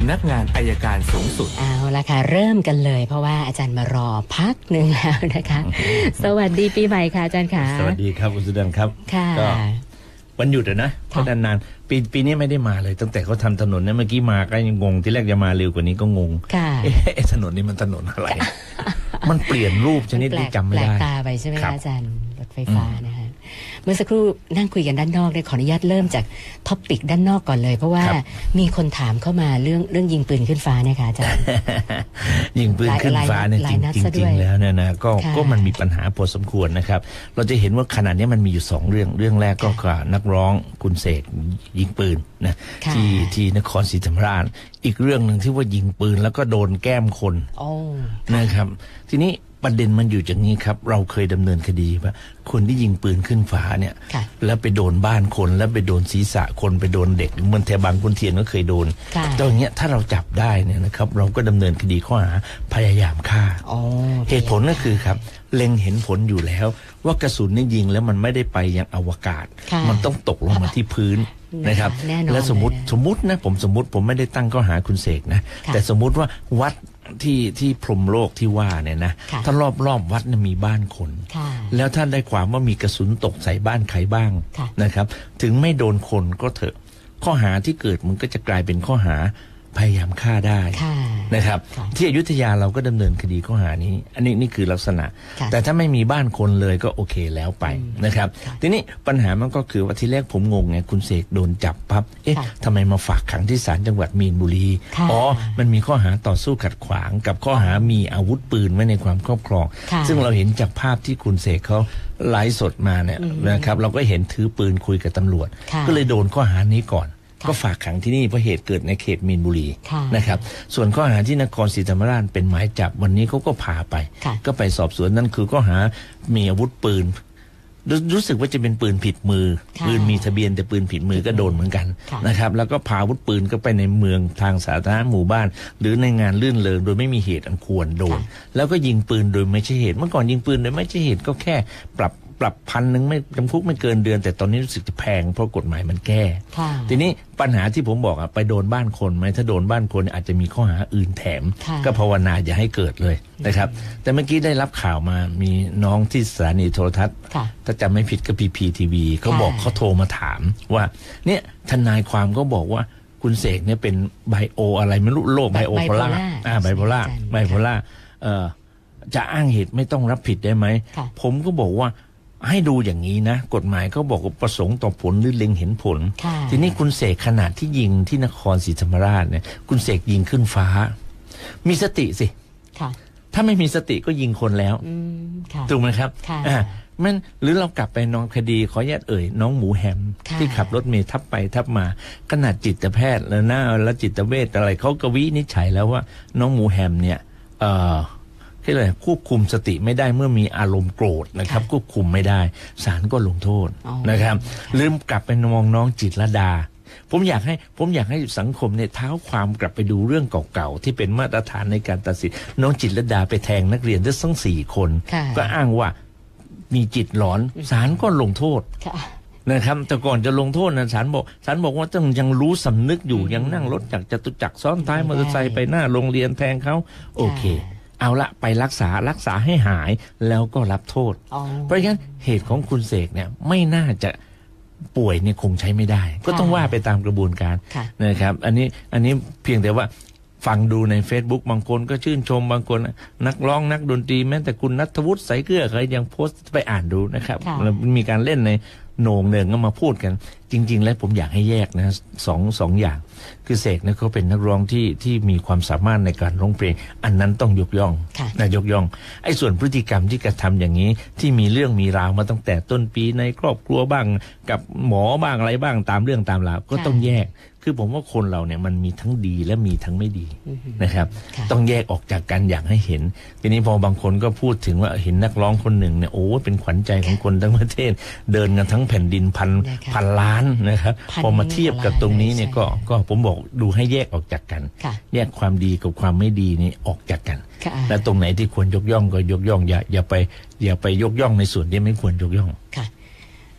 นักงานอัยการสูงสุดเอาละค่ะเริ่มกันเลยเพราะว่าอาจารย์มารอพักหนึ่งแล้วนะคะสวัสดีปีใหม่ค่ะอาจารย์ค่ะสวัสดีครับคุณสุดันครับค่ะวันหยุดนะเพราะนานๆปีนี้ไม่ได้มาเลยตั้งแต่เขาทำถนนเนี่ยเมื่อกี้มาก็ยังงงที่แรกจะมาเร็วกว่านี้ก็งงถนนนี้มันถนนอะไร มันเปลี่ยนรูปชนิดที่จำไม่ได้แปลกตาไปใช่ไหมคะอาจารย์รถไฟฟ้านะคะเมื่อสักครู่นั่งคุยกันด้านนอกขออนุญาตเริ่มจากท็อปปิกด้านนอกก่อนเลยเพราะว่ามีคนถามเข้ามาเรื่องยิงปืนขึ้นฟ้าเนี่ยค่ะอาจารย์ยิงปืนขึ้นฟ้าเนี่ยจริงๆแล้วเนี่ยนะก็มันมีปัญหาพอสมควรนะครับเราจะเห็นว่าขณะนี้มันมีอยู่2เรื่องแรกก็คือนักร้องคุณเสกยิงปืนนะที่นครศรีธรรมราชอีกเรื่องหนึ่งที่ว่ายิงปืนแล้วก็โดนแก้มคนนะครับทีนี้ประเด็นมันอยู่อย่างนี้ครับเราเคยดำเนินคดีว่าคนที่ยิงปืนขึ้นฟ้าเนี่ยแล้วไปโดนบ้านคนแล้วไปโดนศีรษะคนไปโดนเด็กเมืองแถวบางขุนเทียนก็เคยโดนตอนนี้ถ้าเราจับได้เนี่ยนะครับเราก็ดำเนินคดีข้อหาพยายามฆ่าเหตุผลก็คือครับเล็งเห็นผลอยู่แล้วว่ากระสุนนี่ยิงแล้วมันไม่ได้ไปยังอวกาศมันต้องตกลงมาที่พื้นนะครับและสมมตินะผมไม่ได้ตั้งข้อหาคุณเสกนะแต่สมมุติว่าวัดที่พรหมโลกที่ว่าเนี่ยนะถ้ารอบวัดเนี่ยมีบ้านคนแล้วท่านได้ความว่ามีกระสุนตกใส่บ้านใครบ้างนะครับถึงไม่โดนคนก็เถอะข้อหาที่เกิดมันก็จะกลายเป็นข้อหาพยายามฆ่าได้นะครับที่อยุธยาเราก็ดำเนินคดีข้อหานี้อันนี้นี่คือลักษณะแต่ถ้าไม่มีบ้านคนเลยก็โอเคแล้วไปนะครับทีนี้ปัญหามันก็คือว่าที่แรกผมงงไงคุณเสกโดนจับปั๊บทำไมมาฝากขังที่ศาลจังหวัดมีนบุรีมันมีข้อหาต่อสู้ขัดขวางกับข้อหามีอาวุธปืนไว้ในความครอบครองซึ่งเราเห็นจากภาพที่คุณเสกเขาไลฟ์สดมาเนี่ยนะครับเราก็เห็นถือปืนคุยกับตำรวจก็เลยโดนข้อหานี้ก่อนก็ฝากขังที่นี่เพราะเหตุเกิดในเขตมีนบุรีนะครับส่วนข้อหาที่นครศรีธรรมราชเป็นหมายจับวันนี้เขาก็พาไปก็ไปสอบสวนนั่นคือข้อหามีอาวุธปืนรู้สึกว่าจะเป็นปืนผิดมือปืนมีทะเบียนแต่ปืนผิดมือก็โดนเหมือนกันนะครับแล้วก็พาอาวุธปืนก็ไปในเมืองทางสาธารณะหมู่บ้านหรือในงานลื่นเริงโดยไม่มีเหตุอันควรโดนแล้วก็ยิงปืนโดยไม่ใช่เหตุเมื่อก่อนยิงปืนโดยไม่ใช่เหตุก็แค่ปรับ1,000ไม่จำคุกไม่เกินเดือนแต่ตอนนี้รู้สึกจะแพงเพราะกฎหมายมันแก้ทีนี้ปัญหาที่ผมบอกไปโดนบ้านคนไหมถ้าโดนบ้านคนอาจจะมีข้อหาอื่นแถมก็ภาวนาอย่าให้เกิดเลยนะครับแต่เมื่อกี้ได้รับข่าวมามีน้องที่สถานีโทรทัศน์ถ้าจำไม่ผิดก็PPTVเขาบอกเขาโทรมาถามว่าเนี่ยทนายความก็บอกว่าคุณเสกเนี่ยเป็นไบโออะไรไม่รู้โรคไบโอโพล่าไบโพล่าจะอ้างเหตุไม่ต้องรับผิดได้ไหมผมก็บอกว่าให้ดูอย่างนี้นะกฎหมายเขาบอกว่าประสงค์ต่อผลหรือเล็งเห็นผลทีนี้คุณเสกขนาดที่ยิงที่นครศรีธรรมราชเนี่ยคุณเสกยิงขึ้นฟ้ามีสติสิถ้าไม่มีสติก็ยิงคนแล้วถูกไหมครับมันหรือเรากลับไปน้องคดีขอแยกน้องหมูแฮมที่ขับรถเมล์ทับไปทับมาขนาดจิตแพทย์แล้วจิตเวชอะไรเขาก็วินิจฉัยแล้วว่าน้องหมูแฮมเนี่ยที่เลยควบคุมสติไม่ได้เมื่อมีอารมณ์โกรธนะครับควบคุมไม่ได้ศาลก็ลงโทษนะครับลืมกลับไปมองน้องจิตรลดาผมอยากให้สังคมเนี่ยเท้าความกลับไปดูเรื่องเก่าๆที่เป็นมาตรฐานในการตัดสินน้องจิตรลดาไปแทงนักเรียนทั้ง4 คนก็อ้างว่ามีจิตหลอนศาลก็ลงโทษนะครับแต่ก่อนจะลงโทษนะศาลบอกว่าต้องยังรู้สำนึกอยู่ยังนั่งรถจากจตุจักรซ้อนท้ายมอเตอร์ไซค์ไปหน้าโรงเรียนแทงเขาโอเคเอาละไปรักษาให้หายแล้วก็รับโทษเพราะฉะนั้นเหตุของคุณเสกเนี่ยไม่น่าจะป่วยเนี่ยคงใช้ไม่ได้ก็ต้องว่าไปตามกระบวนการนะครับอันนี้เพียงแต่ว่าฟังดูใน Facebook บางคนก็ชื่นชมบางคนนักร้องนักดนตรีแม้แต่คุณณัฐวุฒิ สายเกลือใครยังโพสต์ไปอ่านดูนะครับแล้วมีการเล่นในโหน่งเนืองก็มาพูดกันจริงๆแล้วผมอยากให้แยกนะสองอย่างคือเสกเนี่ยเขาเป็นนักร้องที่มีความสามารถในการร้องเพลงอันนั้นต้องยกย่องนะยกย่องไอ้ส่วนพฤติกรรมที่กระทำอย่างนี้ที่มีเรื่องมีราวมาตั้งแต่ต้นปีในครอบครัวบ้างกับหมอบ้างอะไรบ้างตามเรื่องตามราวก็ต้องแยกคือผมว่าคนเราเนี่ยมันมีทั้งดีและมีทั้งไม่ดีนะครับต้องแยกออกจากกันอย่างให้เห็นทีนี้พอบางคนก็พูดถึงว่าเห็นนักร้องคนหนึ่งเนี่ยโอ้เป็นขวัญใจของคนทั้งประเทศเดินกันทั้งแผ่นดินพันล้านนะครับพอมาเทียบกับตรงนี้เนี่ยก็ผมบอกดูให้แยกออกจากกันแยกความดีกับความไม่ดีนี่ออกจากกันและตรงไหนที่ควรยกย่องก็ยกย่องอย่าไปยกย่องในส่วนที่ไม่ควรยกย่อง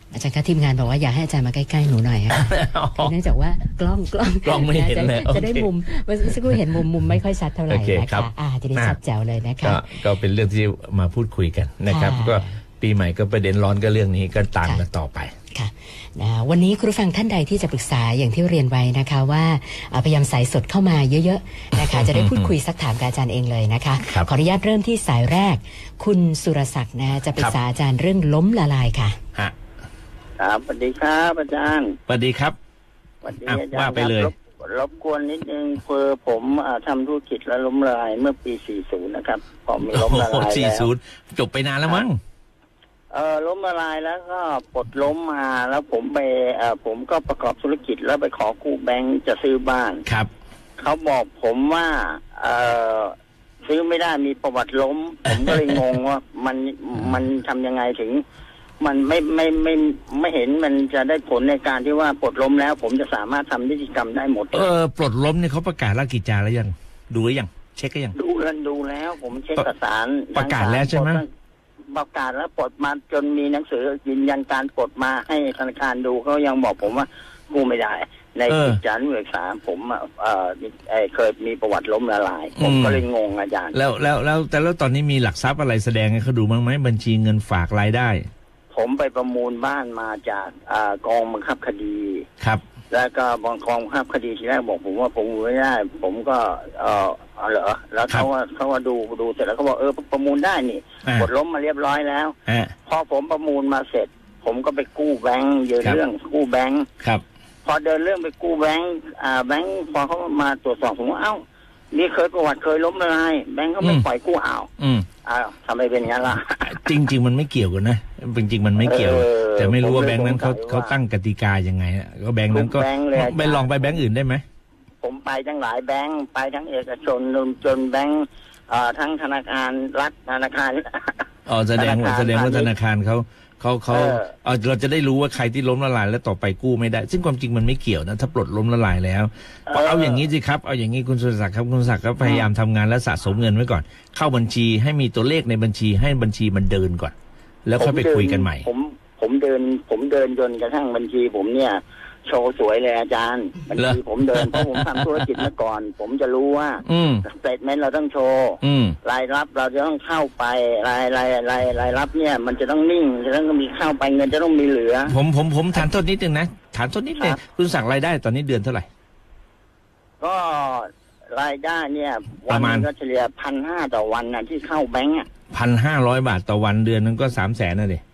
อาจารย์คะทีมงานบอกว่าอยากให้อาจารย์มาใกล้ๆหนูหน่อยค่ะเนื่องจากว่ากล้องไม่เห็นเลยจะได้มุมเมื่อสักครู่เห็นมุมไม่ค่อยชัดเท่าไหร่นะคะจะได้ชัดแจ๋วเลยนะคะก็เป็นเรื่องที่มาพูดคุยกันนะครับก็ปีใหม่ก็ประเด็นร้อนก็เรื่องนี้ก็ตามกันต่อไปค่ะวันนี้คุณผู้ฟังท่านใดที่จะปรึกษาอย่างที่เรียนไว้นะคะว่าพยายามสายสดเข้ามาเยอะๆนะคะจะได้พูดคุยซักถามกับอาจารย์เองเลยนะคะขออนุญาตเริ่มที่สายแรกคุณสุรศักดิ์นะจะปรึกษาอาจารย์เรื่องล้มละลายค่ะครับสวัสดีครับอาจารย์สวัสดีครับสวัสดีอาจารย์ว่าไปเลยรบกวนนิดนึงคือผมทำธุรกิจแล้วล้มละลายเมื่อปี 40 นะครับพอมีล้มละลายแล้ว 40จบไปนานแล้วมั้งล้มละลายแล้วก็ปลดล้มมาแล้วผมก็ประกอบธุรกิจแล้วไปขอกู้แบงค์จะซื้อบ้านครับเขาบอกผมว่าซื้อไม่ได้มีประวัติล้ม ผมก็เลยงงว่ามันทำยังไงถึงมันไม่เห็นมันจะได้ผลในการที่ว่าปลดล้มแล้วผมจะสามารถทำนิติกรรมได้หมดปลดล้มเนี่ยเขาประกาศราชกิจจาแล้วยังดูหรือยังเช็คก็ยังดูแล้วผมเช็คเอกสารประกาศแล้วใช่ไหมประกาศแล้วปลดมาจนมีหนังสือยืนยันการปลดมาให้ธนาคารดูเขายังบอกผมว่ากู้ไม่ได้ในกิจการเอกสารผมเคยมีประวัติล้มละลายผมก็เลยงงอาจารย์แล้วตอนนี้มีหลักทรัพย์อะไรแสดงให้เขาดูบ้างไหมบัญชีเงินฝากรายได้ผมไปประมูลบ้านมาจากกองบังคับคดีครับแล้วก็กองบังคับคดีทีแรกบอกผมว่าผมไม่ได้ผมก็เหรอแล้วเขาว่าดูเสร็จแล้วเขาบอกประมูลได้นี่กดล้มมาเรียบร้อยแล้วพอผมประมูลมาเสร็จผมก็ไปกู้แบงค์เรื่องกู้แบงค์ครับพอเดินเรื่องไปกู้แบงค์แบงค์พอเขามาตรวจสอบผมว่านี่เคยประวัติเคยล้มละลายแบงค์เขาไม่ปล่อยกู้ทำไมเป็นงั้นล่ะจริงมันไม่เกี่ยวกันนะจริงมันไม่เกี่ยวแต่ไม่รู้ว่าแบงค์นั้นเขาตั้งกติกายังไงก็แบงค์นั้นก็ไปลองไปแบงค์อื่นได้ไหมผมไปทั้งหลายแบงค์ไปทั้งเอกชนจนแบงค์ทั้งธนาคารรัฐธนาคารแสดงว่าธนาคารเขาเราจะได้รู้ว่าใครที่ล้มละลายแล้วต่อไปกู้ไม่ได้ซึ่งความจริงมันไม่เกี่ยวนะถ้าปลดล้มละลายแล้วเอาอย่างนี้สิครับเอาอย่างนี้คุณสุรศักดิ์ครับคุณสุรศักดิ์ก็พยายามทำงานและสะสมเงินไว้ก่อนเข้าบัญชีให้มีตัวเลขในบัญชีให้บัญชีมันเดินก่อนแล้วค่อยไปคุยกันใหม่ผมเดินจนกระทั่งบัญชีผมเนี่ยโชว์สวยเลยอาจารย์บัญชีผมเดินเพราะผมทำธุรกิจมาก่อนผมจะรู้ว่าสเตทเมนต์เราต้องโชว์รายรับเราจะต้องเข้าไปรายรับเนี่ยมันจะต้องนิ่งจะต้องมีเข้าไปเงินจะต้องมีเหลือผมถามโทษนิดนึงนะถามโทษนิดนึงคุณสั่งรายได้ตอนนี้เดือนเท่าไหร่ก็รายได้เนี่ยวันนึงก็เฉลี่ย 1,500 ต่อวันนะที่เข้าแบงก์ 1,500 บาทต่อวันเดือนนึงก็300,000นะดิ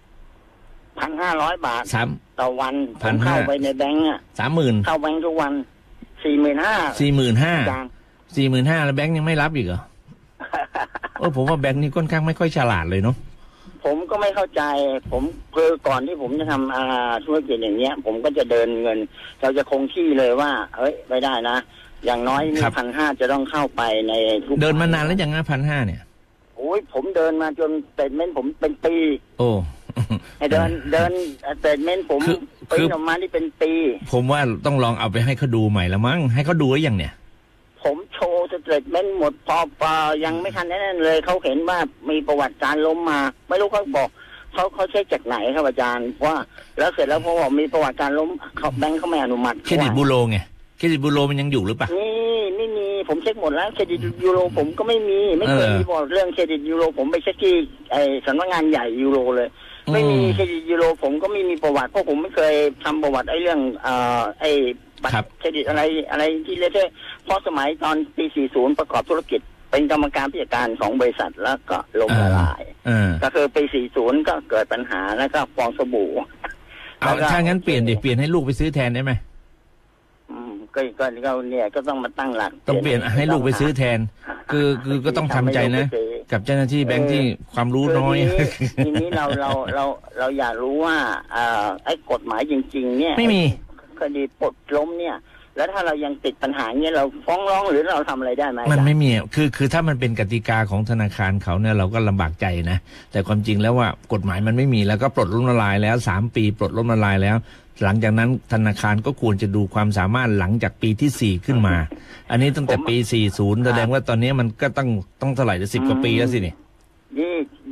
1,500 บาทต่อวันผมเข้าไปในแบงก์ 30,000 เข้าแบงก์ทุกวัน 45,000 แล้วแบงก์ยังไม่รับอีกเหรอผมว่าแบงก์นี่ค่อนข้างไม่ค่อยฉลาดเลยเนาะผมก็ไม่เข้าใจผมคือก่อนที่ผมจะทำธุรกิจอย่างเงี้ยผมก็จะเดินเงินเราจะคงที่เลยว่าเฮ้ยไม่ได้นะอย่างน้อยมี 1,500 จะต้องเข้าไปในทุกเดินมานานแล้วอย่าง 1,500 เนี่ยโอ้ยผมเดินมาจนสเตทเมนต์ผมเป็นปีเดินสเตทเมนต์ผมเป็นออกมาที่เป็นปีผมว่าต้องลองเอาไปให้เขาดูใหม่ละมั้งให้เขาดูไว้ยังเนี่ยผมโชว์สเตทเมนต์หมดพอยังไม่ทันนั้นเลยเขาเห็นว่ามีประวัติการล้มมาไม่รู้เขาบอกเขาเช็คจากไหนครับอาจารย์ว่าแล้วเสร็จแล้วพอบอกมีประวัติการล้มแบงค์เขาไม่อนุมัติเครดิตบูโรไงเครดิตบูโรมันยังอยู่หรือเปล่าไม่มีผมเช็คหมดแล้วเครดิตยูโรผมก็ไม่เคยมีบอกเรื่องเครดิตยูโรผมไปเช็คที่สำนักงานใหญ่ยูโรเลยไม่มีเครดิตยูโรผมก็ไม่มีประวัติเพราะผมไม่เคยทำประวัติเรื่องบัตรเครดิตอะไรที่เรียกได้เพราะสมัยตอนปี 40 ประกอบธุรกิจเป็นกรรมการผู้จัดการของบริษัทแล้วก็ล้มละลายก็คือปี 40 ก็เกิดปัญหาแล้วก็ฟองสบู่ถ้างั้นเปลี่ยนให้ลูกไปซื้อแทนได้ไหมก็เนี่ยก็ต้องมาตั้งหลักต้องเปลี่ยนให้ลูกไปซื้อแทนคือก็ต้องทำใจนะกับเจ้าหน้าที่แบงค์ที่ความรู้น้อยทีนี้เราอยากรู้ว่าไอ้กฎหมายจริงๆเนี่ยไม่มีคดีปลดล้มเนี่ยแล้วถ้าเรายังติดปัญหาเงี้ยเราฟ้องร้องหรือเราทำอะไรได้ไหมมันไม่มีคือถ้ามันเป็นกติกาของธนาคารเขาเนี่ยเราก็ลำบากใจนะแต่ความจริงแล้วว่ากฎหมายมันไม่มีแล้วก็ปลดล้มละลายแล้ว3 ปีปลดล้มละลายแล้วหลังจากนั้นธนาคารก็ควรจะดูความสามารถหลังจากปีที่4ขึ้นมาอันนี้ตั้งแต่ปี40แสดงว่าตอนนี้มันก็ต้องเท่าไหร่จะ10 กว่าปีแล้วสิเนี่ย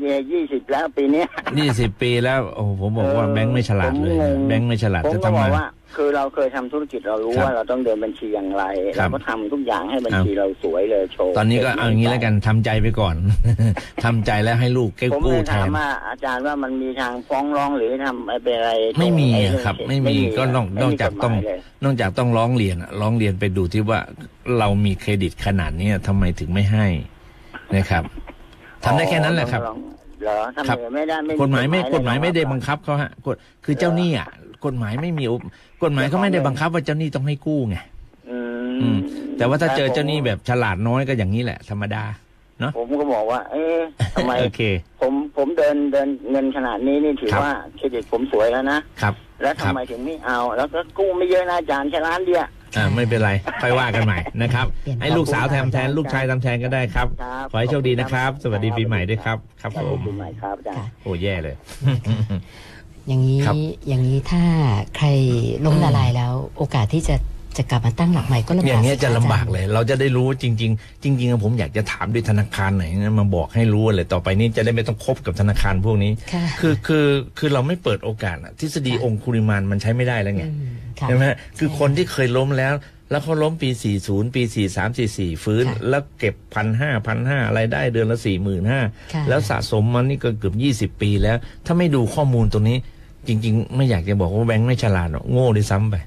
20แล้วปีนี้ 20 ปีแล้วโอ้ผมบอกว่าแบงค์ไม่ฉลาดเลยแบงค์ไม่ฉลาดจะทำไงคือเราเคยทำธุรกิจเรารู้ว่าเราต้องเดินบัญชีอย่างไรเราก็ทำทุกอย่างให้บัญชีเราสวยเลยโชว์ตอนนี้ก็เอาอย่างนี้แล้วกันทำใจไปก่อน ทำใจแล้วให้ลูกกู้แทนผมถามว่าอาจารย์ว่ามันมีทางฟ้องร้องหรือทำอะไรไม่มีครับไม่มีก็นอกจากต้องร้องเรียนไปดูที่ว่าเรามีเครดิตขนาดนี้ทำไมถึงไม่ให้นะครับทำได้แค่นั้นแหละครับครับกฎหมายไม่ได้บังคับเขาฮะคือเจ้าหนี้อ่ะกฎหมายไม่มีกฎหมายเขาไม่ได้บังคับว่าเจ้าหนี้ต้องให้กู้ไงแต่ว่าถ้าเจอเจ้าหนี้แบบฉลาดน้อยก็อย่างนี้แหละธรรมดาเนาะผมก็บอกว่าทำไมผมเดินเงินขนาดนี้นี่ถือว่าเครดิตผมสวยแล้วนะครับแล้วทำไมถึงไม่เอาแล้วก็กู้ไม่เยอะนะอาจารย์แค่ล้านเดียวไม่เป็นไรค่อยว่ากันใหม่นะครับให้ลูกสาวทำแทนลูกชายทำแทนก็ได้ครับขอให้โชคดีนะครับสวัสดีปีใหม่ด้วยครับครับผมปีใหม่ครับอาจารย์โอ้แย่เลยอย่างนี้ถ้าใครล้มละลายแล้วโอกาสที่จะกลับมาตั้งหลักใหม่ก็ลำบากอย่างนี้จะลำบากเลยเราจะได้รู้จริงผมอยากจะถามด้วยธนาคารไหนมาบอกให้รู้เลยต่อไปนี้จะได้ไม่ต้องคบกับธนาคารพวกนี้คือเราไม่เปิดโอกาสทฤษฎีองคุริมานมันใช้ไม่ได้แล้วไงใช่ไหมคือคนที่เคยล้มแล้วเขาล้มปี40ปี43 44ฟื้นแล้วเก็บ1,500รายได้เดือนละ 45,000แล้วสะสมมันนี่ก็เกือบ20 ปีแล้วถ้าไม่ดูข้อมูลตรงนี้จริงๆไม่อยากจะบอกว่าแบงค์ไม่ฉลาดหรอกโง่ด้วยซ้ำไป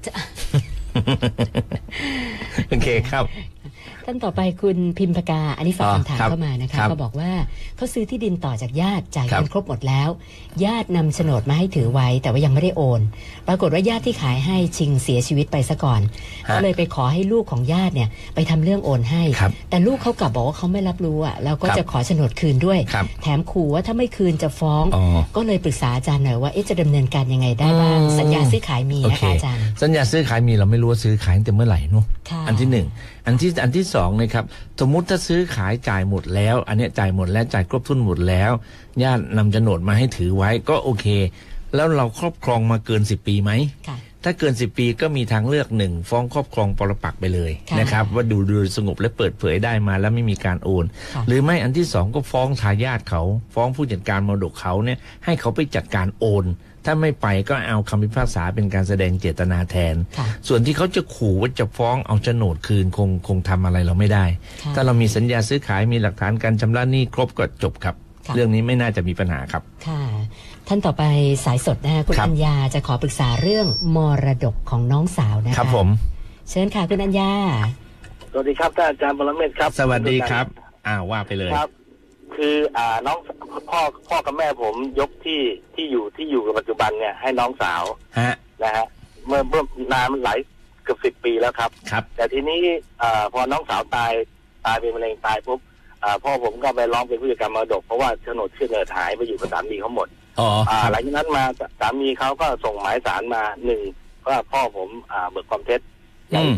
โอเคครับท่านต่อไปคุณพิมพกาอันนี้ฝากคำถามเข้ามานะคะเขาบอกว่าเขาซื้อที่ดินต่อจากญาติจ่ายเงินครบหมดแล้วญาตินำโฉนดมาให้ถือไว้แต่ว่ายังไม่ได้โอนปรากฏว่าญาติที่ขายให้ชิงเสียชีวิตไปซะก่อนก็เลยไปขอให้ลูกของญาติเนี่ยไปทำเรื่องโอนให้แต่ลูกเขากลับบอกว่าเขาไม่รับรู้อ่ะแล้วก็จะขอโฉนดคืนด้วยแถมขู่ว่าถ้าไม่คืนจะฟ้องก็เลยปรึกษาอาจารย์หน่อยว่าจะดำเนินการยังไงได้บ้างสัญญาซื้อขายมีนะคะอาจารย์สัญญาซื้อขายมีเราไม่รู้ว่าซื้อขายตั้งแต่เมื่อไหร่เนาะอันที่1อันที่2นะครับสมมุติถ้าซื้อขายจ่ายหมดแล้วอันนี้จ่ายหมดแล้วจ่ายครบถ้วนหมดแล้วญาตินำโฉนดมาให้ถือไว้ก็โอเคแล้วเราครอบครองมาเกิน10 ปีไหมถ้าเกิน10 ปีก็มีทางเลือก1ฟ้องครอบครองปรปักษ์ไปเลยนะครับว่าดูสงบและเปิดเผยได้มาแล้วไม่มีการโอนหรือไม่อันที่2ก็ฟ้องทายาทเขาฟ้องผู้จัดการมรดกเขาเนี่ยให้เขาไปจัดการโอนถ้าไม่ไปก็เอาคำพิพากษาเป็นการแสดงเจตนาแทนส่วนที่เขาจะขู่ว่าจะฟ้องเอาโฉนดคืนคงทำอะไรเราไม่ได้ถ้าเรามีสัญญาซื้อขายมีหลักฐานการชำระหนี้ครบก็จบครับเรื่องนี้ไม่น่าจะมีปัญหาครับค่ะท่านต่อไปสายสดนะคะคุณอัญญาจะขอปรึกษาเรื่องมรดกของน้องสาวนะคะครับผมเชิญค่ะคุณอัญญาสวัสดีครับท่านอาจารย์ปรเมศครับสวัสดีครับว่าไปเลยครับคือน้องพ่อกับแม่ผมยกที่อยู่กับปัจจุบันเนี่ยให้น้องสาวนะฮะเมื่อนานมันหลายเกือบ10 ปีแล้วครับแต่ทีนี้พอน้องสาวตายเป็นมะเร็งตายปุ๊บพ่อผมก็ไปร้องเป็นผู้จัดการมรดกเพราะว่าโฉนดชื่อเนิร์ดหายไปอยู่กับสามีเขาหมดหลังจากนั้นมาสามีเขาก็ส่งหมายสารมา1ว่าพ่อผมเบิกความเท็จอย่าง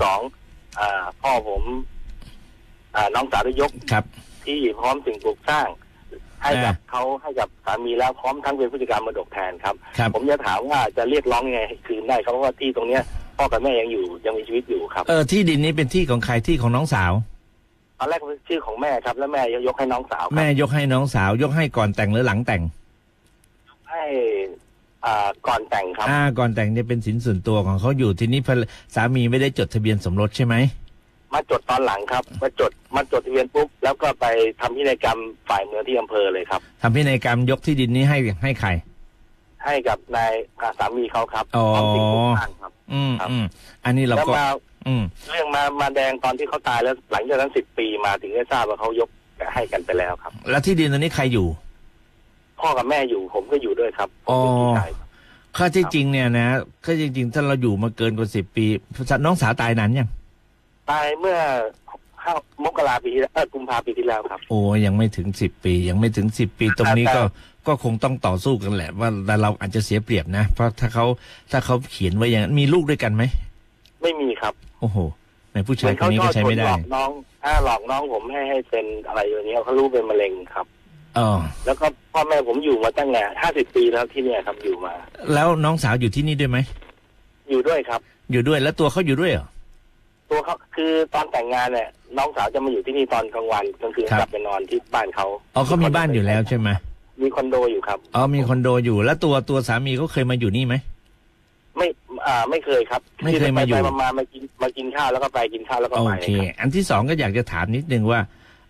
2พ่อผมน้องสาวได้ยกที่พร้อมสิ่งปลูกสร้างให้กับเขาให้กับสามีแล้วพร้อมทั้งเป็นผู้จัดการมรดกแทนครับผมจะถามว่าจะเรียกร้องยังไงคืนได้ครับเพราะว่าที่ตรงเนี้ยพ่อกับแม่ยังมีชีวิตอยู่ครับที่ดินนี้เป็นที่ของใครที่ของน้องสาวตอนแรกเป็นชื่อของแม่ครับแล้วแม่ยกให้น้องสาวแม่ยกให้น้องสาวยกให้ก่อนแต่งหรือหลังแต่งให้ก่อนแต่งครับก่อนแต่งเนี่ยเป็นสินส่วนตัวของเขาอยู่ทีนี้สามีไม่ได้จดทะเบียนสมรสใช่ไหมมาจดตอนหลังครับมาจดทะเบียนปุ๊บแล้วก็ไปทำพินัยกรรมฝ่ายเมืองที่อำเภอเลยครับทำพินัยกรรมยกที่ดินนี้ให้ใครให้กับนายสามีเขาครับของสิ่งปลูกสร้างครับอันนี้เราก็เรื่องมาแดงตอนที่เขาตายแล้วหลังจากนั้น10 ปีมาถึงได้ทราบว่าเขายกให้กันไปแล้วครับแล้วที่ดินตอนนี้ใครอยู่พ่อกับแม่อยู่ผมก็อยู่ด้วยครับข้อที่จริงเนี่ยนะข้อจริงๆถ้าเราอยู่มาเกินกว่า10 ปีน้องสาวตายนานยังตายเมื่อมกราปีที่แล้วกุมภาปีที่แล้วครับโอ้ยังไม่ถึง10 ปียังไม่ถึง10 ปีตรงนี้ก็คงต้องต่อสู้กันแหละว่าแต่เราอาจจะเสียเปรียบนะเพราะถ้าเขาเขียนไว้อย่างนั้นมีลูกด้วยกันไหมไม่มีครับโอ้โหในผู้ชายคนนี้ก็ใช้ไม่ได้หลอกน้องผมให้เป็นอะไรอย่างนี้เขารู้เป็นมะเร็งครับแล้วก็พ่อแม่ผมอยู่มาตั้งแต่50 ปีแล้วที่เนี่ยครับอยู่มาแล้วน้องสาวอยู่ที่นี่ด้วยไหมอยู่ด้วยครับอยู่ด้วยแล้วตัวเขาอยู่ด้วยเหรอตัวเขาคือตอนแต่งงานเนี่ยน้องสาวจะมาอยู่ที่นี่ตอนกลางวันกลางคืนกลับไปนอนที่บ้านเขาเขามีบ้านอยู่แล้วใช่ไหมมีคอนโดอยู่ครับอ๋อมีคอนโดอยู่แล้วตัวสามีเขาเคยมาอยู่นี่ไหมไม่เคยครับไม่เคยมาอยู่มากินข้าวแล้วก็ไปกินข้าวแล้วก็ไปโอเคอันที่สองก็อยากจะถามนิดนึงว่า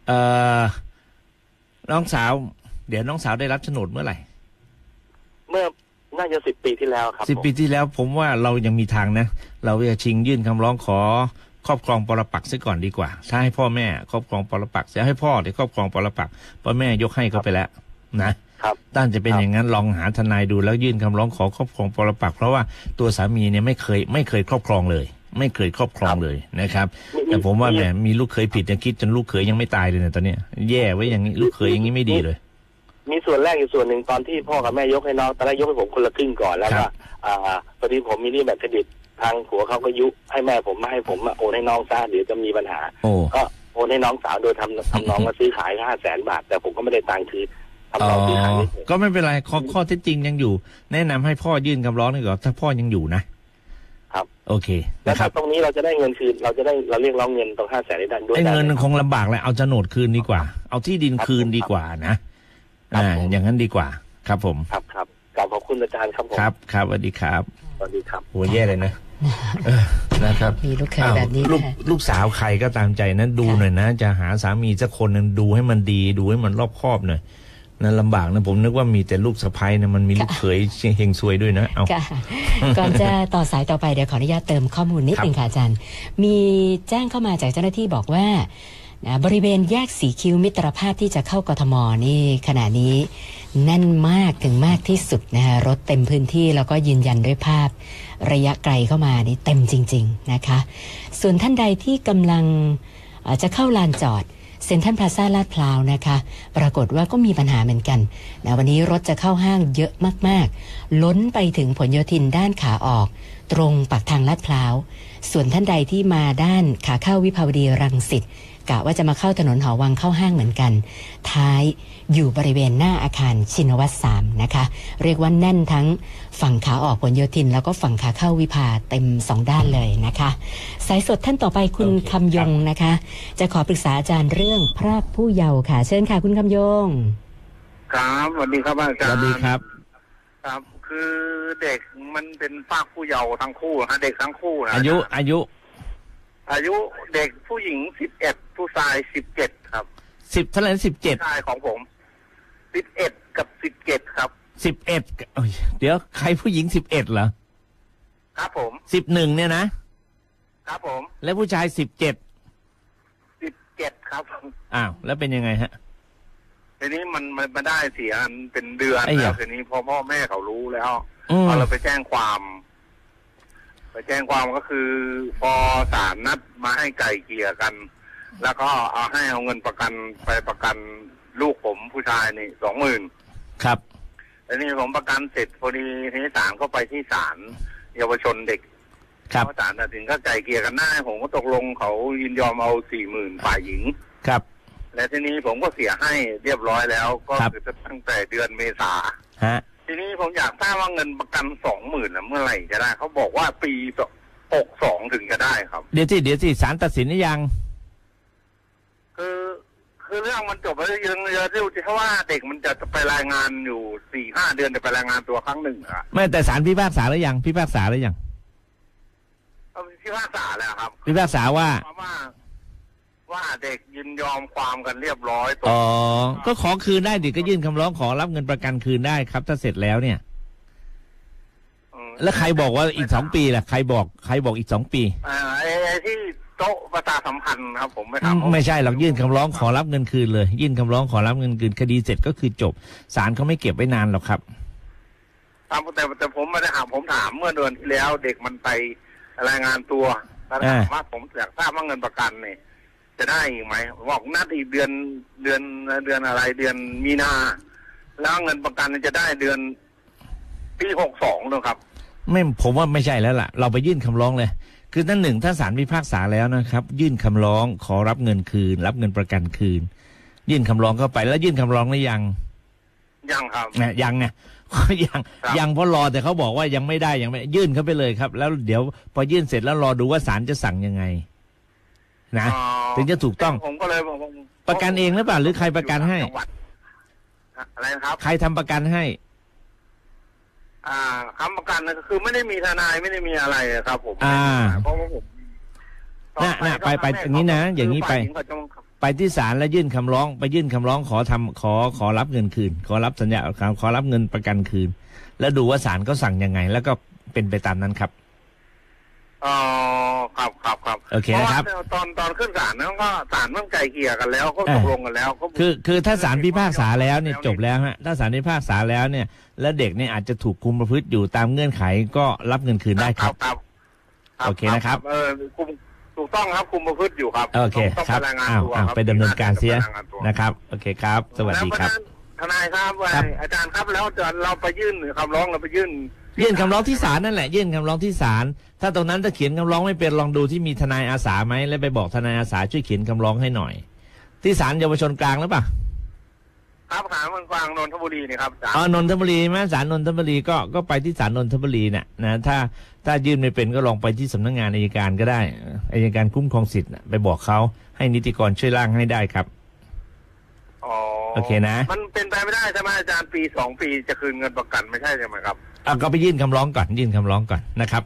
น้องสาวเดี๋ยวน้องสาวได้รับโฉนดเมื่อไหร่เมื่อน่าจะ10 ปีที่แล้วครับ 10 ปีที่แล้วผมว่าเรายังมีทางนะเราจะชิงยื่นคำร้องขอครอบครองปรปักษ์ซะก่อนดีกว่าถ้าให้พ่อแม่ครอบครองปรปักษ์เสียให้พ่อได้ครอบครองปรปักษ์พ่อแม่ยกให้เขาไปแล้วนะครับต้านจะเป็นอย่างนั้นลองหาทนายดูแล้วยื่นคำร้องขอครอบครองปรปักษ์เพราะว่าตัวสามีเนี่ยไม่เคยครอบครองเลยไม่เคยครอบครองเลยนะครับแต่ผมว่าแหมมีลูกเขยผิดจะคิดจนลูกเขยยังไม่ตายเลยเนี่ยตอนนี้แย่ไว้อย่างนี้ลูกเขยอย่างนี้ไม่ดีเลยมีส่วนแรกอยู่ส่วนหนึ่งตอนที่พ่อกับแม่ยกให้น้องตอนแรกยกให้ผมคนละครึ่งก่อนแล้วก็พอดีผมมีหนี้บัตรเครดิตทางผัวเขาก็ยุให้แม่ผมมาให้ผมโอนให้น้องซะเดี๋ยวจะมีปัญหาก็โอนให้น้องสาวโดยทำน้องมาซื้อขาย500,000 บาทแต่ผมก็ไม่ได้ตังค์คือทำน้องซื้อขายก็ไม่เป็นไรข้อเท็จจริงยังอยู่แนะนำให้พ่อยื่นคำร้องนี่ก่อนถ้าพ่อยังอยู่นะครับโอเคแล้วถ้าตรงนี้เราจะได้เงินคืนเราเรียกร้องเงินตรง500,000ได้ด้วยเงินคงลำบากเลยเอาโฉนดคืนดีกว่าเอาที่ดินคืนดีกว่านะอย่างนั้นดีกว่าครับผมครับกราบขอบคุณอาจารย์ครับผมครับสวัสดีครับสวัสดีครับโหแย่เลยนะนะครับมีลูกเขยแบบนี้ลูกสาวใครก็ตามใจนะดูหน่อยนะจะหาสามีสักคนนึงดูให้มันดีดูให้มันรอบคอบหน่อยนั่นลำบากนะผมนึกว่ามีแต่ลูกสะใภ้นะมันมีลูกเขยเฮงซวยด้วยนะเอาก่อนจะต่อสายต่อไปเดี๋ยวขออนุญาตเติมข้อมูลนิดนึงค่ะอาจารย์มีแจ้งเข้ามาจากเจ้าหน้าที่บอกว่าบริเวณแยกสีคิ้วมิตรภาพที่จะเข้ากทมนี่ขณะนี้แน่นมากถึงมากที่สุดนะคะรถเต็มพื้นที่แล้วก็ยืนยันด้วยภาพระยะไกลเข้ามานี่เต็มจริงๆนะคะส่วนท่านใดที่กำลังจะเข้าลานจอดเซ็นทรัลพลาซ่าลาดพร้าวนะคะปรากฏว่าก็มีปัญหาเหมือนกันนะวันนี้รถจะเข้าห้างเยอะมากๆล้นไปถึงผลโยธินด้านขาออกตรงปากทางลาดพร้าวส่วนท่านใดที่มาด้านขาเข้าวิภาวดีรังสิตกะว่าจะมาเข้าถนนหอวังเข้าห้างเหมือนกันท้ายอยู่บริเวณหน้าอาคารชินวัตร3นะคะเรียกว่าแน่นทั้งฝั่งขาออกผลโยธินแล้วก็ฝั่งขาเข้าวิภาเต็ม2ด้านเลยนะคะสายสดท่านต่อไปคุณคำยงนะคะจะขอปรึกษาอาจารย์เรื่องพรากผู้เยาว์ค่ะเชิญค่ะคุณคำยงครับสวัสดีครับอาจารย์สวัสดีครับครับคือเด็กมันเป็นพรากผู้เยาว์ทั้งคู่นะเด็กทั้งคู่นะอายุเด็กผู้หญิง11ผู้ชาย17ครับ 10เท่าไหร่17 ชายของผม11กับ17ครับ 11เดี๋ยวใครผู้หญิง11เหรอครับผม 11เนี่ยนะครับผมแล้วผู้ชาย 17ครับอ้าวแล้วเป็นยังไงฮะทีนี้มันมาได้เสียเป็นเดือนแล้วทีนี้พ่อแม่เขารู้แล้วเราไปแจ้งความก็คือพอศาลนัดมาให้ไกล่เกลี่ยกันแล้วก็เอาเงินประกันไปประกันลูกผมผู้ชายนี่20,000 ครับแล้วนี่ผมประกันเสร็จพอดีทีนี้ศาลก็ไปที่ศาลเยาวชนเด็กครับศาลตัดสินก็ไกล่เกลี่ยกันได้ผมก็ตกลงเขายินยอมเอา40,000ฝ่ายหญิงครับและทีนี้ผมก็เสียให้เรียบร้อยแล้วก็คือตั้งแต่เดือนเมษาทีนี้ผมอยากทราบว่าเงินประกัน20,000เมื่อไหร่จะได้เขาบอกว่าปี62ถึงจะได้ครับเดี๋ยวสิศาลตัดสินหรือยังคือเรื่องมันจบไปยังเยอะที่เพราะว่าเด็กมันจะไปรายงานอยู่ 4-5 เดือนจะไปรายงานตัวครั้งหนึ่งครับไม่แต่ศาลพิพากษาหรือยังพิพากษาหรือยังพิพากษาแล้วครับพิพากษาว่าเด็กยินยอมความกันเรียบร้อยก็ขอคืนได้ดิก็ยื่นคำร้องขอรับเงินประกันคืนได้ครับถ้าเสร็จแล้วเนี่ยแล้วใครบอกว่าอีก2 ปีล่ะใครบอกอีก2 ปีไอ้ที่โต๊ะประชาสัมพันธ์ครับผมไม่ใช่หรอกยื่นคำร้องขอรับเงินคืนเลยยื่นคำร้องขอรับเงินคืนคดีเสร็จก็คือจบศาลเขาไม่เก็บไว้นานหรอกครับแต่ผมไม่ได้ผมถามเมื่อเดือนที่แล้วเด็กมันไปรายงานตัวแล้วถามว่าผมอยากทราบว่าเงินประกันเนี่ยจะได้อีกไหมบอกนัดอีกเดือนอะไรเดือนมีนาแล้วเงินประกันจะได้เดือนปี62นะครับไม่ผมว่าไม่ใช่แล้วล่ะเราไปยื่นคำร้องเลยคือนั่น1ถ้าศาลพิพากษาแล้วนะครับยื่นคำร้องขอรับเงินคืนรับเงินประกันคืนยื่นคำร้องเข้าไปแล้วยื่นคำร้องหรือยังครับยังไงยังเพราะรอแต่เขาบอกว่ายังไม่ได้ยังไม่ยื่นเข้าไปเลยครับแล้วเดี๋ยวพอยื่นเสร็จแล้วรอดูว่าศาลจะสั่งยังไงนะถึงจะถูกต้องผมก็เลยประกันเองหรือเปล่าหรือใครประกันให้อะไรครับใครทำประกันให้ค้ำประกันก็คือไม่ได้มีทนายไม่ได้มีอะไรครับผมเพราะว่าผมไปอย่างนี้นะอย่างนี้ไปที่ศาลแล้วยื่นคำร้องไปยื่นคำร้องขอรับเงินคืนขอรับสัญญาขอรับเงินประกันคืนแล้วดูว่าศาลก็สั่งยังไงแล้วก็เป็นไปตามนั้นครับครับโอเคนะครับตอนขึ้นศาลนั้นก็ศาลต้องไกลเกลี่ยกันแล้วก็ตกลงกันแล้วคือถ้าศาลพิพากษาแล้วเนี่ยจบแล้วฮะถ้าศาลพิพากษาแล้วเนี่ยแล้วเด็กเนี่ยอาจจะถูกคุมประพฤติอยู่ตามเงื่อนไขก็รับเงินคืนได้ครับโอเคนะครับถูกต้องครับคุมประพฤติอยู่ครับโอเคครับไปดำเนินการเสียนะครับโอเคครับสวัสดีครับทนายครับอาจารย์ครับแล้วเราไปยื่นคำร้องเราไปยื่นคำร้องที่ศาลนั่นแหละยื่นคำร้องที่ศาลถ้าตรงนั้นถ้าเขียนคำร้องไม่เป็นลองดูที่มีทนายอาสาไหมแล้วไปบอกทนายอาสาช่วยเขียนคำร้องให้หน่อยที่ศาลเยาวชนกลางหรือเปล่าครับศาลเมืองกลางนนทบุรีนี่ครับนนทบุรีไหมศาลนนทบุรีก็ไปที่ศาลนนทบุรีเนี่ยนะถ้ายื่นไม่เป็นก็ลองไปที่สำนักงานอัยการก็ได้อัยการคุ้มครองสิทธิ์ไปบอกเขาให้นิติกรช่วยร่างให้ได้ครับโอเคนะมันเป็นไปไม่ได้ใช่ไหมอาจารย์ปี2 ปีจะคืนเงินประกันไม่ใช่ใช่ไหมครับก็ไปยื่นคำร้องก่อนนะครับ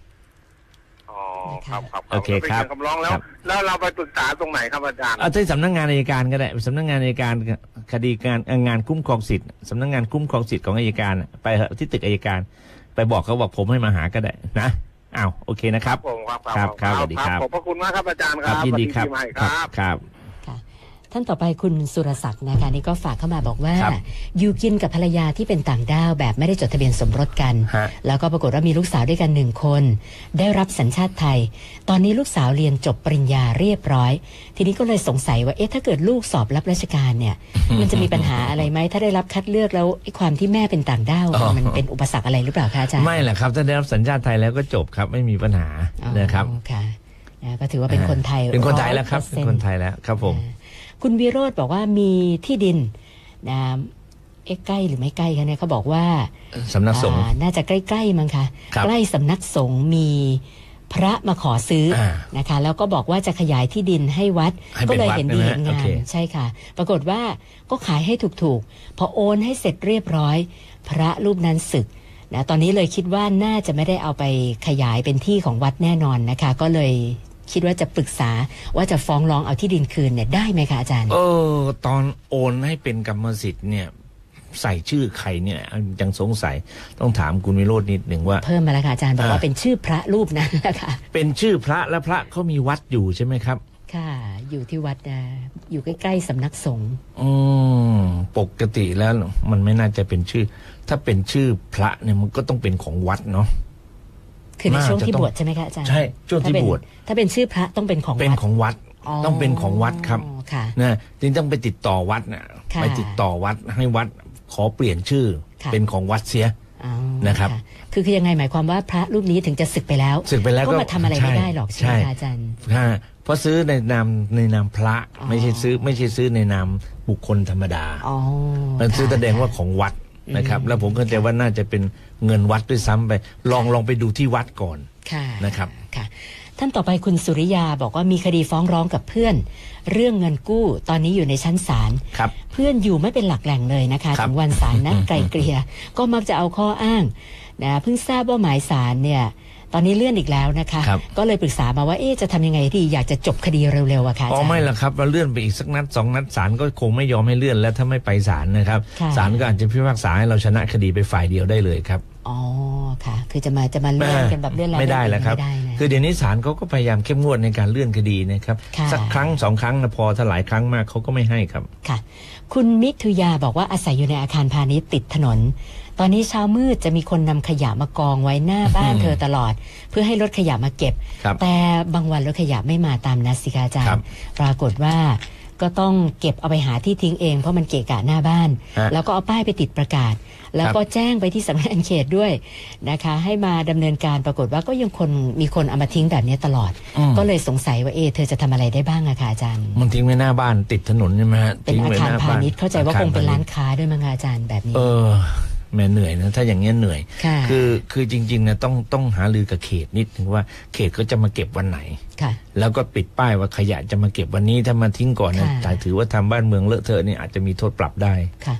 ครับโอเคครับคำร้องแล้วเราไปปรึกษาตรงไหนครับอาจารย์ที่สำนักงานอัยการก็ได้สำนักงานอัยการคดีงานคุ้มครองสิทธิ์สำนักงานคุ้มครองสิทธิ์ของอัยการไปที่ตึกอัยการไปบอกเขาบอกผมให้มาหาก็ได้นะโอเคนะครับครับสวัสดีครับขอบพระคุณมากครับอาจารย์ครับยินดีครับครับท่านต่อไปคุณสุรศักดิ์นะคะนี่ก็ฝากเข้ามาบอกว่าอยู่กินกับภรรยาที่เป็นต่างด้าวแบบไม่ได้จดทะเบียนสมรสกันแล้วก็ปรากฏว่ามีลูกสาวด้วยกัน1 คนได้รับสัญชาติไทยตอนนี้ลูกสาวเรียนจบปริญญาเรียบร้อยทีนี้ก็เลยสงสัยว่าถ้าเกิดลูกสอบรับราชการเนี่ยมันจะมีปัญหาอะไรไหมถ้าได้รับคัดเลือกแล้วความที่แม่เป็นต่างด้าวมันเป็นอุปสรรคอะไรหรือเปล่าคะอาจารย์ไม่แหละครับถ้าได้รับสัญชาติไทยแล้วก็จบครับไม่มีปัญหานะครับค่ะก็ถือว่าเป็นคนไทยเป็นคนไทยแล้วครับเป็นคนไทยแล้วครับผมคุณวิโรจน์บอกว่ามีที่ดินนะใกล้หรือไม่ใกล้คะเนี่ยเขาบอกว่าสำนักสงฆ์น่าจะใกล้ๆมั้งคะใกล้สำนักสงฆ์มีพระมาขอซื้อนะคะแล้วก็บอกว่าจะขยายที่ดินให้วัดก็เลยเห็นดีเห็นงามใช่ค่ะปรากฏว่าก็ขายให้ถูกๆพอโอนให้เสร็จเรียบร้อยพระรูปนั้นสึกนะตอนนี้เลยคิดว่าน่าจะไม่ได้เอาไปขยายเป็นที่ของวัดแน่นอนนะคะก็เลยคิดว่าจะปรึกษาว่าจะฟ้องร้องเอาที่ดินคืนเนี่ยได้ไหมคะอาจารย์ตอนโอนให้เป็นกรรมสิทธิ์เนี่ยใส่ชื่อใครเนี่ยยังสงสัยต้องถามคุณวิโรจน์นิดหนึ่งว่าเพิ่มมาแล้วค่ะอาจารย์บอกว่าเป็นชื่อพระรูปนั้นนะคะเป็นชื่อพระและพระเขามีวัดอยู่ใช่ไหมครับค่ะอยู่ที่วัดอยู่ใกล้ๆสำนักสงฆ์ปกติแล้วมันไม่น่าจะเป็นชื่อถ้าเป็นชื่อพระเนี่ยมันก็ต้องเป็นของวัดเนาะคือในช่วงที่บวชใช่ไหมคะอาจารย์ใช่ช่วงที่บวชถ้าเป็นชื่อพระต้องเป็นของวัดเป็นของวัดต้องเป็นของวัดครับนะจึงต้องไปติดต่อวัดนะไปติดต่อวัดให้วัดขอเปลี่ยนชื่อเป็นของวัดเสียนะครับคือยังไงหมายความว่าพระรูปนี้ถึงจะสึกไปแล้วก็มาทำอะไรไม่ได้หรอกใช่ไหมคะอาจารย์เพราะซื้อในนามพระไม่ใช่ซื้อในนามบุคคลธรรมดามันซื้อแสดงว่าของวัดนะครับแล้วผมเข้าใจว่าน่าจะเป็นเงินวัดด้วยซ้ำไปลองไปดูที่วัดก่อนนะครับค่ะท่านต่อไปคุณสุริยาบอกว่ามีคดีฟ้องร้องกับเพื่อนเรื่องเงินกู้ตอนนี้อยู่ในชั้นศาลเพื่อนอยู่ไม่เป็นหลักแหล่งเลยนะคะถึงวันศาลนัดไกลเกลี่ยก็มักจะเอาข้ออ้างนะเพิ่งทราบว่าหมายศาลเนี่ยตอนนี้เลื่อนอีกแล้วนะคะก็เลยปรึกษามาว่าจะทำยังไงดีอยากจะจบคดีเร็วๆอะค่ะไม่ละครับเราเลื่อนไปอีกสักนัด2 นัดศาลก็คงไม่ยอมให้เลื่อนแล้วถ้าไม่ไปศาลนะครับศาลก็อาจจะพิพากษาให้เราชนะคดีไปฝ่ายเดียวได้เลยครับค่ะคือจะมาเลื่อนกันแบบเลื่อนไม่ได้แล้วครับคือเดี๋ยวนี้ศาลเขาก็พยายามเข้มงวดในการเลื่อนคดีนะครับสักครั้ง2 ครั้งนะพอถ้าหลายครั้งมากเขาก็ไม่ให้ครับค่ะคุณมิถุยาบอกว่าอาศัยอยู่ในอาคารพาณิชย์ติดถนนตอนนี้เช้ามืดจะมีคนนำขยะมากองไว้หน้าบ้านเธอตลอดเพื่อให้รถขยะมาเก็บแต่บางวันรถขยะไม่มาตามนัดสิคะอาจารย์ปรากฏว่าก็ต้องเก็บเอาไปหาที่ทิ้งเองเพราะมันเกะกะหน้าบ้านแล้วก็เอาป้ายไปติดประกาศแล้วก็แจ้งไปที่สำนักงานเขตด้วยนะคะให้มาดำเนินการปรากฏว่าก็ยังมีคนเอามาทิ้งแบบนี้ตลอดก็เลยสงสัยว่าเธอจะทำอะไรได้บ้างอะคะอาจารย์มันทิ้งไว้หน้าบ้านติดถนนใช่ไหมฮะเป็นอาคารพาณิชย์เข้าใจว่าคงเป็นร้านค้าด้วยมั้งอาจารย์แบบนี้แม่เหนื่อยนะถ้าอย่างเงี้ยเหนื่อยคือจริงๆนะต้องหารือกับเขตนิดนึงว่าเขตก็จะมาเก็บวันไหนแล้วก็ปิดป้ายว่าขยะจะมาเก็บวันนี้ถ้ามาทิ้งก่อนนะถือว่าทำบ้านเมืองเลอะเทอะนี่อาจจะมีโทษปรับได้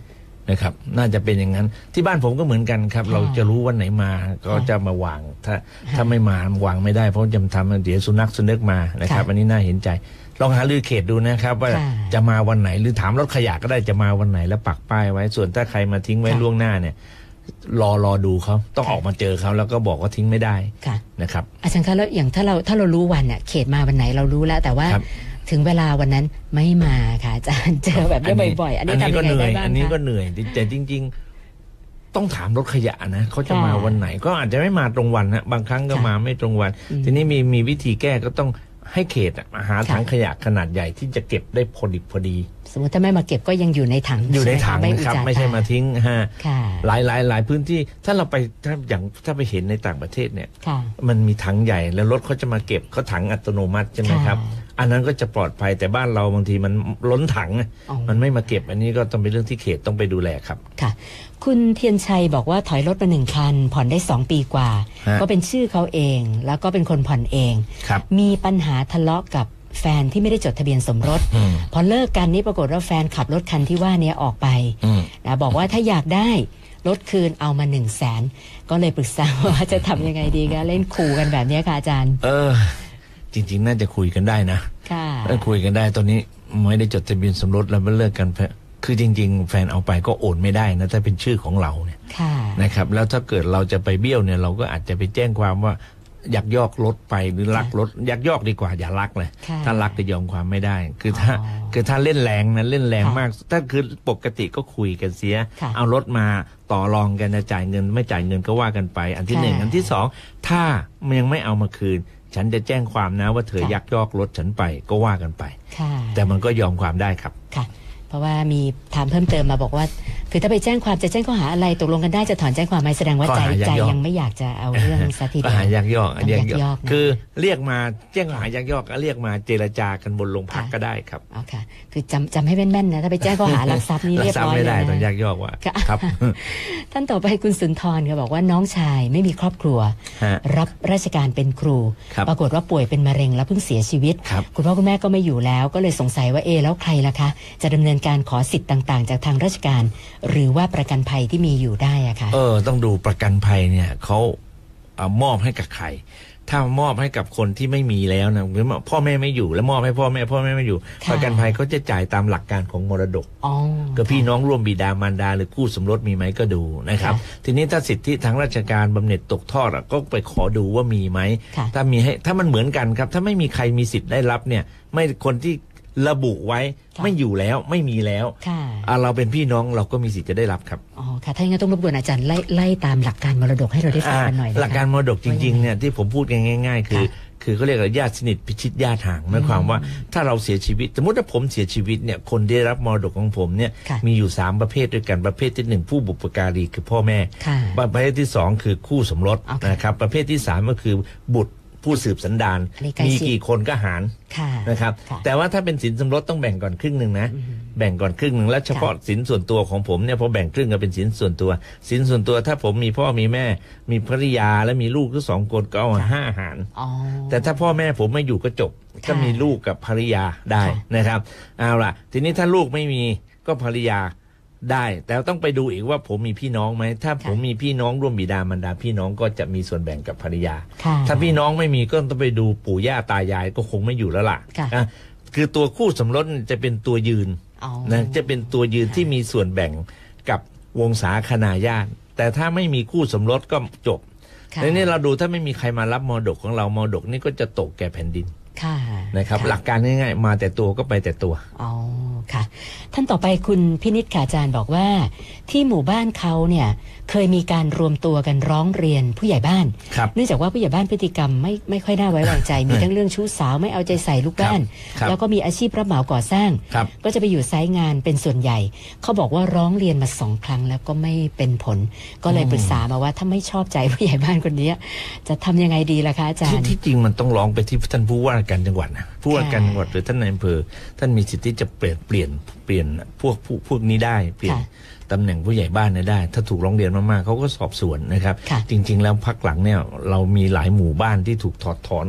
นะครับน่าจะเป็นอย่างนั้นที่บ้านผมก็เหมือนกันครับเราจะรู้วันไหนมาก็จะมาวางถ้าไม่มาวางไม่ได้เพราะจะทำเดี๋ยวสุนัขมานะครับอันนี้น่าเห็นใจลองหาลือเขตดูนะครับว่าจะมาวันไหนหรือถามรถขยะก็ได้จะมาวันไหนแล้วปักป้ายไว้ส่วนถ้าใครมาทิ้งไว้ล่วงหน้าเนี่ยรอดูเขาต้องออกมาเจอเขาแล้วก็บอกว่าทิ้งไม่ได้นะครับอาจารย์คะแล้วอย่างถ้าเรารู้วันเนี่ยเขตมาวันไหนเรารู้แล้วแต่ว่าถึงเวลาวันนั้นไม่มาค่ะอาจารย์เจอแบบนี้บ่อยๆอันนี้ก็เหนื่อยอันนี้ก็เหนื่อยแต่จริงๆต้องถามรถขยะนะเขาจะมาวันไหนก็อาจจะไม่มาตรงวันนะบางครั้งก็มาไม่ตรงวันทีนี้มีวิธีแก้ก็ต้องให้เขตหาถังขยะขนาดใหญ่ที่จะเก็บได้พอดีสมมติถ้าไม่มาเก็บก็ยังอยู่ในถังครับไม่ใช่มาทิ้งหลายพื้นที่ถ้าเราไปถ้าไปเห็นในต่างประเทศเนี่ยมันมีถังใหญ่แล้วรถเขาจะมาเก็บเขาถังอัตโนมัติใช่ไหมครับอันนั้นก็จะปลอดภัยแต่บ้านเราบางทีมันล้นถังมันไม่มาเก็บอันนี้ก็ต้องเป็นเรื่องที่เขตต้องไปดูแลครับค่ะคุณเทียนชัยบอกว่าถอยรถมา1 คันผ่อนได้2 ปีกว่าก็เป็นชื่อเขาเองแล้วก็เป็นคนผ่อนเองมีปัญหาทะเลาะกับแฟนที่ไม่ได้จดทะเบียนสมรสพอเลิกกันนี่ปรากฏว่าแฟนขับรถคันที่ว่านี้ออกไปนะบอกว่าถ้าอยากได้รถคืนเอามา100,000ก็เลยปรึกษาว่าจะทำยังไงดีคะเล่นขู่กันแบบนี้ค่ะอาจารย์จริงๆน่าจะคุยกันได้นะถ้าคุยกันได้ตอนนี้ไม่ได้จดทะเบียนสมรสแล้วเลิกกันคือจริงๆแฟนเอาไปก็โอนไม่ได้นะถ้าเป็นชื่อของเราเนี่ยนะครับแล้วถ้าเกิดเราจะไปเบี้ยวเนี่ยเราก็อาจจะไปแจ้งความว่ายักยอกรถไปหรือลักรถยักยอกดีกว่าอย่าลักเลยถ้าลักจะยอมความไม่ได้คือถ้าเล่นแรงนะเล่นแรงมากถ้าคือปกติก็คุยกันเสียเอารถมาต่อรองกันจะจ่ายเงินไม่จ่ายเงินก็ว่ากันไปอันที่1อันที่2ถ้ามันยังไม่เอามาคืนฉันจะแจ้งความนะว่าเธอยักยอกรถฉันไปก็ว่ากันไปแต่มันก็ยอมความได้ครับเพราะว่ามีถามเพิ่มเติมมาบอกว่าคือถ้าไปแจ้งความจะแจ้งข้อหาอะไรตกลงกันได้จะถอนแจ้งความไหมแสดงว่าใจยังไม่อยากจะเอาเรื่องสักทีเดียวข้อหายักยอกคือเรียกมาแจ้งข้อหายักยอกก็เรียกมาเจรจากันบนโรงพักก็ได้ครับอ๋อค่ะคือจำให้แม่นๆนะถ้าไปแจ้งข้อหาลักทรัพย์นี่เรียบร้อยเลยนะไม่ได้ต้องยักยอกว่าครับท่านต่อไปคุณสุนทรค่ะบอกว่าน้องชายไม่มีครอบครัวรับราชการเป็นครูปรากฏว่าป่วยเป็นมะเร็งแล้วเพิ่งเสียชีวิตคุณพ่อคุณแม่ก็ไม่อยู่แล้วก็เลยสงสัยว่าแล้วใครล่ะคะจะดำเนินการขอสิทธิ์ต่างๆจากทางราชการหรือว่าประกันภัยที่มีอยู่ได้อะค่ะต้องดูประกันภัยเนี่ยเขามอบให้กับใครถ้ามอบให้กับคนที่ไม่มีแล้วนะหรือพ่อแม่ไม่อยู่แล้วมอบให้พ่อแม่ไม่อยู่ประกันภัยเขาจะจ่ายตามหลักการของมรดกก็พี่น้องร่วมบิดามารดาหรือคู่สมรสมีไหมก็ดูนะครับทีนี้ถ้าสิทธิทางราชการบำเหน็จตกทอดก็ไปขอดูว่ามีไหมถ้ามีให้ถ้ามันเหมือนกันครับถ้าไม่มีใครมีสิทธิ์ได้รับเนี่ยไม่คนที่ระบุไว้ไม่อยู่แล้วไม่มีแล้วเราเป็นพี่น้องเราก็มีสิทธิ์จะได้รับครับอ๋อค่ะถ้าอย่างนั้นต้องรบกวนอาจารย์ไล่ตามหลักการมรดกให้เราได้ฟังกันหน่อยหลักการมรดกจริงๆเนี่ยที่ผมพูดง่ายๆคือเขาเรียกว่าญาติสนิทพิชิตญาติห่างหมายความว่าถ้าเราเสียชีวิตสมมติถ้าผมเสียชีวิตเนี่ยคนได้รับมรดกของผมเนี่ยมีอยู่3ประเภทด้วยกันประเภทที่1ผู้บุปการีคือพ่อแม่ประเภทที่2คือคู่สมรสนะครับประเภทที่3ก็คือบุตรผู้สืบสันดานมีกี่คนก็หารนะครับแต่ว่าถ้าเป็นสินสมรสต้องแบ่งก่อนครึ่งนึงนะแบ่งก่อนครึ่งนึงแล้วเฉพาะสินส่วนตัวของผมเนี่ยพอแบ่งครึ่งก็เป็นสินส่วนตัวสินส่วนตัวถ้าผมมีพ่อมีแม่มีภริยาและมีลูกทั้ง2 คนก็เอา5 หารแต่ถ้าพ่อแม่ผมไม่อยู่ก็จบก็มีลูกกับภริยาได้นะครับเอาล่ะทีนี้ถ้าลูกไม่มีก็ภริยาได้แต่ต้องไปดูอีกว่าผมมีพี่น้องไหมถ้าผมมีพี่น้องร่วมบิดามารดาพี่น้องก็จะมีส่วนแบ่งกับภรรยาถ้าพี่น้องไม่มีก็ต้องไปดูปู่ย่าตายายก็คงไม่อยู่แล้วล่ะคือตัวคู่สมรสจะเป็นตัวยืนนะจะเป็นตัวยืนที่มีส่วนแบ่งกับวงศาคณาญาติแต่ถ้าไม่มีคู่สมรสก็จบแล้วนี่เราดูถ้าไม่มีใครมารับมรดกของเรามรดกนี่ก็จะตกแก่แผ่นดินนะครับหลักการง่ายๆมาแต่ตัวก็ไปแต่ตัวอ๋อค่ะท่านต่อไปคุณพินิจค่ะอาจารย์บอกว่าที่หมู่บ้านเขาเนี่ยเคยมีการรวมตัวกันร้องเรียนผู้ใหญ่บ้านเนื่องจากว่าผู้ใหญ่บ้านพฤติกรรมไม่ค่อยน่าไว้วางใจมีทั้งเรื่องชู้สาวไม่เอาใจใส่ลูกบ้านแล้วก็มีอาชีพรับเหมาก่อสร้างก็จะไปอยู่ไซต์งานเป็นส่วนใหญ่เขาบอกว่าร้องเรียนมา2 ครั้งแล้วก็ไม่เป็นผลก็เลยปรึกษามาว่าถ้าไม่ชอบใจผู้ใหญ่บ้านคนนี้จะทำยังไงดีล่ะคะอาจารย์ที่จริงมันต้องร้องไปที่ท่านผู้ว่าการจังหวัดนะผู้ว่าการจังหวัดหรือท่านนายอำเภอท่านมีสิทธิ์ที่จะเปลี่ยนพวกนี้ได้เปลี่ยนตำแหน่งผู้ใหญ่บ้านได้ถ้าถูกร้องเรียนมากๆเขาก็สอบสวนนะครับจริงๆแล้วพักหลังเนี่ยเรามีหลายหมู่บ้านที่ถูกถอดถอนออก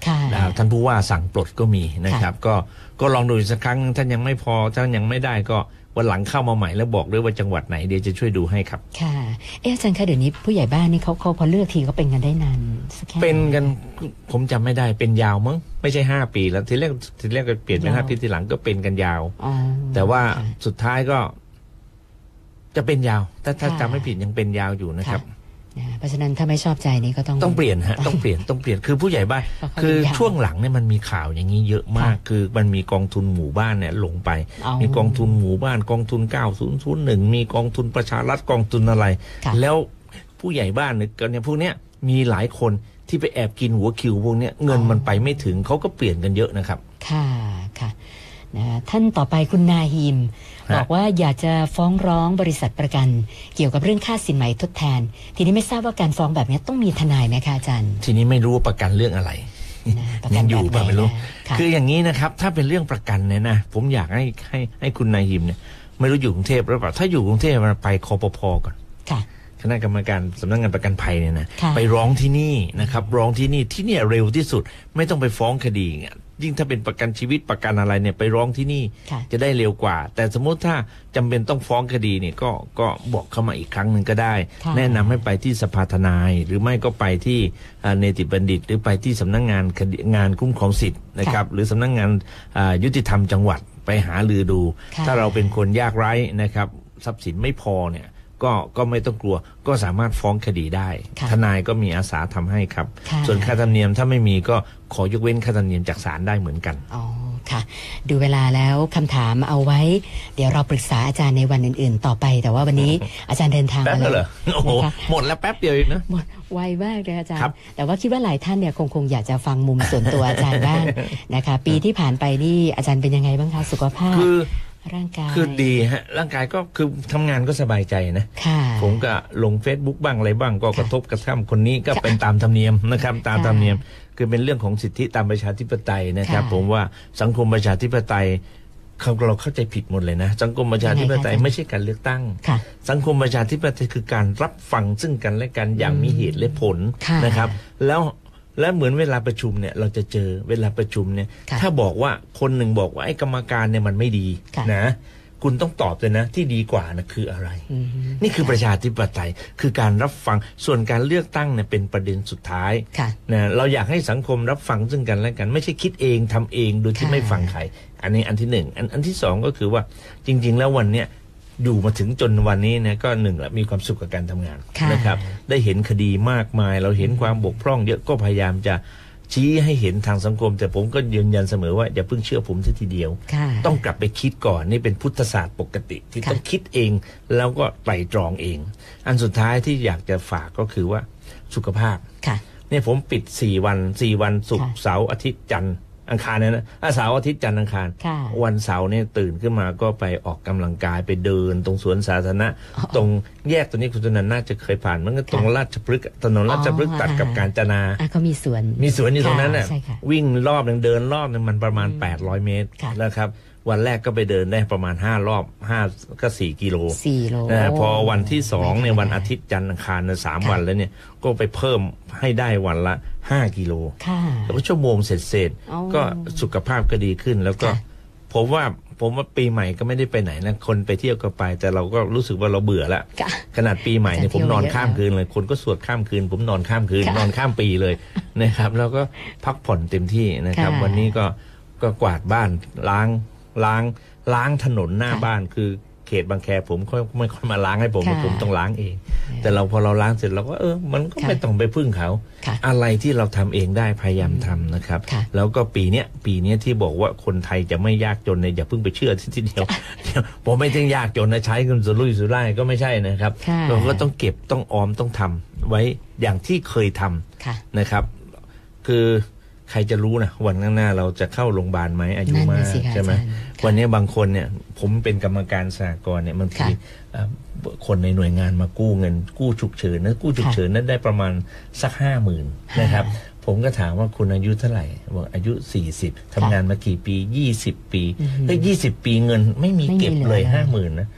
ท่านผู้ว่าสั่งปลดก็มีนะครับก็ลองดูสักครั้งท่านยังไม่พอท่านยังไม่ได้ก็วันหลังเข้ามาใหม่แล้วบอกด้วยว่าจังหวัดไหนเดี๋ยวจะช่วยดูให้ครับค่ะอาจารย์คะเดี๋ยวนี้ผู้ใหญ่บ้านนี่เขาพอเลือกทีเขาเป็นกันได้นานเป็นกันผมจำไม่ได้เป็นยาวมั้งไม่ใช่5 ปีแล้วทีแรกก็เปลี่ยนเป็น5 ปีทีหลังก็เป็นกันยาวแต่ว่าสุดท้ายก็จะเป็นยาวถ้าจำไม่ผิดยังเป็นยาวอยู่นะครับเพราะฉะนั้นถ้าไม่ชอบใจนี่ก็ต้องเปลี่ยนฮะต้องเปลี่ยนคือผู้ใหญ่บ้านคือช่วงหลังเนี่ยมันมีข่าวอย่างนี้เยอะมากคือมันมีกองทุนหมู่บ้านเนี่ยหลงไปมีกองทุนหมู่บ้านกองทุน9001มีกองทุนประชารัฐกองทุนอะไรแล้วผู้ใหญ่บ้านเนี่ยพวกเนี้ยมีหลายคนที่ไปแอบกินหัวคิวพวกเนี้ยเงินมันไปไม่ถึงเขาก็เปลี่ยนกันเยอะนะครับค่ะท่านต่อไปคุณนาฮิมบอกว่าอยากจะฟ้องร้องบริษัทประกันเกี่ยวกับเรื่องค่าสินไหมทดแทนทีนี้ไม่ทราบว่าการฟ้องแบบนี้ต้องมีทนายไหมคะอาจารย์ทีนี้ไม่รู้ว่าประกันเรื่องอะไรยังอยู่ป่ะไม่รู้คืออย่างนี้นะครับถ้าเป็นเรื่องประกันเนี่ยนะผมอยากให้คุณนาฮิมเนี่ยไม่รู้อยู่กรุงเทพหรือเปล่าถ้าอยู่กรุงเทพไปคปภ.ก่อนคณะกรรมการสำนักงานประกันภัยเนี่ยนะไปร้องที่นี่นะครับร้องที่นี่เร็วที่สุดไม่ต้องไปฟ้องคดียิ่งถ้าเป็นประกันชีวิตประกันอะไรเนี่ยไปร้องที่นี่จะได้เร็วกว่าแต่สมมติถ้าจำเป็นต้องฟ้องคดีเนี่ยก็บอกเข้ามาอีกครั้งหนึ่งก็ได้แนะนำให้ไปที่สภาทนายหรือไม่ก็ไปที่เนติบัณฑิตหรือไปที่สำนักงานงานคุ้มครองสิทธิ์นะครับหรือสำนักงานยุติธรรมจังหวัดไปหาลือดูถ้าเราเป็นคนยากไร้นะครับทรัพย์สินไม่พอเนี่ยก็ไม่ต้องกลัวก็สามารถฟ้องคดีได้ทนายก็มีอาสาทำให้ครับส่วนค่าธรรมเนียมถ้าไม่มีก็ขอยกเว้นค่าธรรมเนียมจากศาลได้เหมือนกันอ๋อค่ะดูเวลาแล้วคำถามเอาไว้เดี๋ยวเราปรึกษาอาจารย์ในวันอื่นๆต่อไปแต่ว่าวันนี้อาจารย์เดินทางมาแล้วโอ้โหหมดแล้วแป๊บเดียวเองนะหมดไวมากเลยอาจารย์แต่ว่าคิดว่าหลายท่านเนี่ยคงอยากจะฟังมุมส่วนตัวอาจารย์บ้างนะคะปีที่ผ่านไปนี่อาจารย์เป็นยังไงบ้างคะสุขภาพร่างกายคือดีฮะร่างกายก็คือทำงานก็สบายใจนะผมก็ลง Facebook บ้างอะไรบ้างก็กระทบกระทั่งคนนี้ก็เป็นตามธรรมเนียมนะครับตามธรรมเนียมคือเป็นเรื่องของสิทธิตามประชาธิปไตยนะครับผมว่าสังคมประชาธิปไตยเราเข้าใจผิดหมดเลยนะสังคมประชาธิปไตยไม่ใช่การเลือกตั้งสังคมประชาธิปไตยคือการรับฟังซึ่งกันและกันอย่างมีเหตุและผลนะครับและเหมือนเวลาประชุมเนี่ยเราจะเจอเวลาประชุมเนี่ยถ้าบอกว่าคนหนึ่งบอกว่าไอ้กรรมการเนี่ยมันไม่ดีนะคุณต้องตอบเลยนะที่ดีกว่านะคืออะไรนี่คือประชาธิปไตยคือการรับฟังส่วนการเลือกตั้งเนี่ยเป็นประเด็นสุดท้ายนะเราอยากให้สังคมรับฟังซึ่งกันและกันไม่ใช่คิดเองทำเองโดยที่ไม่ฟังใครอันนี้อันที่หนึ่งอันที่สองก็คือว่าจริงๆแล้ววันเนี้ยอยู่มาถึงจนวันนี้นะก็หนึ่งละมีความสุขกับการทำงานนะครับได้เห็นคดีมากมายเราเห็นความบกพร่องเยอะก็พยายามจะชี้ให้เห็นทางสังคมแต่ผมก็ยืนยันเสมอว่าอย่าเพิ่งเชื่อผมทีเดียวต้องกลับไปคิดก่อนนี่เป็นพุทธศาสตร์ปกติที่ต้องคิดเองแล้วก็ไตร่ตรองเองอันสุดท้ายที่อยากจะฝากก็คือว่าสุขภาพเนี่ยผมปิด4 วันศุกร์เสาร์อาทิตย์จันทร์อังคารเนี่ยนะเสาร์อาทิตย์จันทร์อังคารวันเสาร์เนี่ยตื่นขึ้นมาก็ไปออกกำลังกายไปเดินตรงสวนสาธารณะตรงแยกตัวนี้คุณธนันน่าจะเคยผ่านมันก็ตรงราชพฤกษ์ถนนราชพฤกษ์ตัดกับกาญจนาเขามีสวนอยู่ตรงนั้นน่ะวิ่งรอบนึงเดินรอบนึงมันประมาณ800 เมตรนะครับวันแรกก็ไปเดินได้ประมาณ5 รอบ5ก็4 กิโลพอวันที่2เนี่ยวันอาทิตย์จันทร์อังคาร3 วันแล้วเนี่ยก็ไปเพิ่มให้ได้วันละ5 กิโลแล้วก็ชั่วโมงเสร็จก็สุขภาพก็ดีขึ้นแล้วก็ผมว่าปีใหม่ก็ไม่ได้ไปไหนนะคนไปเที่ยวก็ไปแต่เราก็รู้สึกว่าเราเบื่อแล้วขนาดปีใหม่เนี่ยผมนอนข้ามคืนเลยคนก็สวดข้ามคืนผมนอนข้ามคืนนอนข้ามปีเลยนะครับแล้วก็พักผ่อนเต็มที่นะครับวันนี้ก็กวาดบ้านล้างถนนหน้าบ้านคือเขตบางแคผมไม่ค่อยมาล้างให้ผมต้องล้างเองแต่พอเราล้างเสร็จเราก็มันก็ไม่ต้องไปพึ่งเขาอะไรที่เราทำเองได้พยายามทำนะครับแล้วก็ปีเนี้ยที่บอกว่าคนไทยจะไม่ยากจนเนี่ยอย่าเพิ่งไปเชื่อทีเดียวผมไม่ต้องยากจนนะใช้เงินสุรุ่ยสุร่ายก็ไม่ใช่นะครับเราก็ต้องเก็บต้องออมต้องทำไว้อย่างที่เคยทำนะครับคือใครจะรู้นะวันข้างหน้าเราจะเข้าโรงพยาบาลไหมอายุมากใช่ไหมวันนี้บางคนเนี่ยผมเป็นกรรมการสหกรณ์เนี่ยบางทีคนในหน่วยงานมากู้เงินกู้ฉุกเฉินนะกู้ฉุกเฉินนั้นได้ประมาณสัก50,000นะครับผมก็ถามว่าคุณอายุเท่าไหร่บอกอายุ40ทำงานมากี่ปี20 ปีแล้ว20 ปีเงินไม่มีเก็บเลย50,000นะ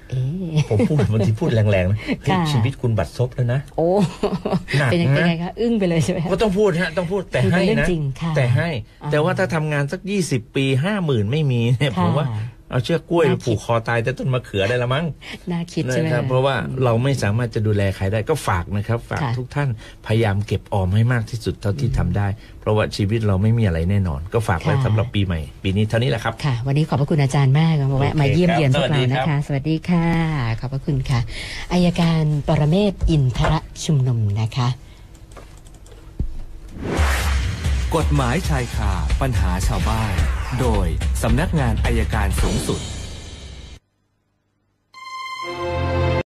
ผมพูดบางทีพูดแรงๆนะชีวิตคุณบัดซบแล้วนะโอ้เป็นยังไงคะอึ้งไปเลยใช่ไหมก็ต้องพูดฮะต้องพูดแต่ให้นะแต่ว่าถ้าทำงานสัก20 ปี 50,000ไม่มีเนี่ยผมว่าเอาเชือกกล้วยไปผูกคอตายแต่ต้นมะเขือได้ละมั้งน่าคิดใช่ไหมครับเพราะว่าเราไม่สามารถจะดูแลใครได้ก็ฝากนะครับฝากทุกท่านพยายามเก็บออมให้มากที่สุดเท่าที่ทำได้เพราะว่าชีวิตเราไม่มีอะไรแน่นอนก็ฝากไว้สำหรับปีใหม่ปีนี้เท่านี้แหละครับค่ะวันนี้ขอบพระคุณอาจารย์มากมาแวะมาเยี่ยมเยียนพวกเรานะคะสวัสดีค่ะขอบพระคุณค่ะอัยการปรเมศวร์อินทรชุมนุมนะคะกฎหมายชายคาปัญหาชาวบ้านโดยสำนักงานอัยการสูงสุด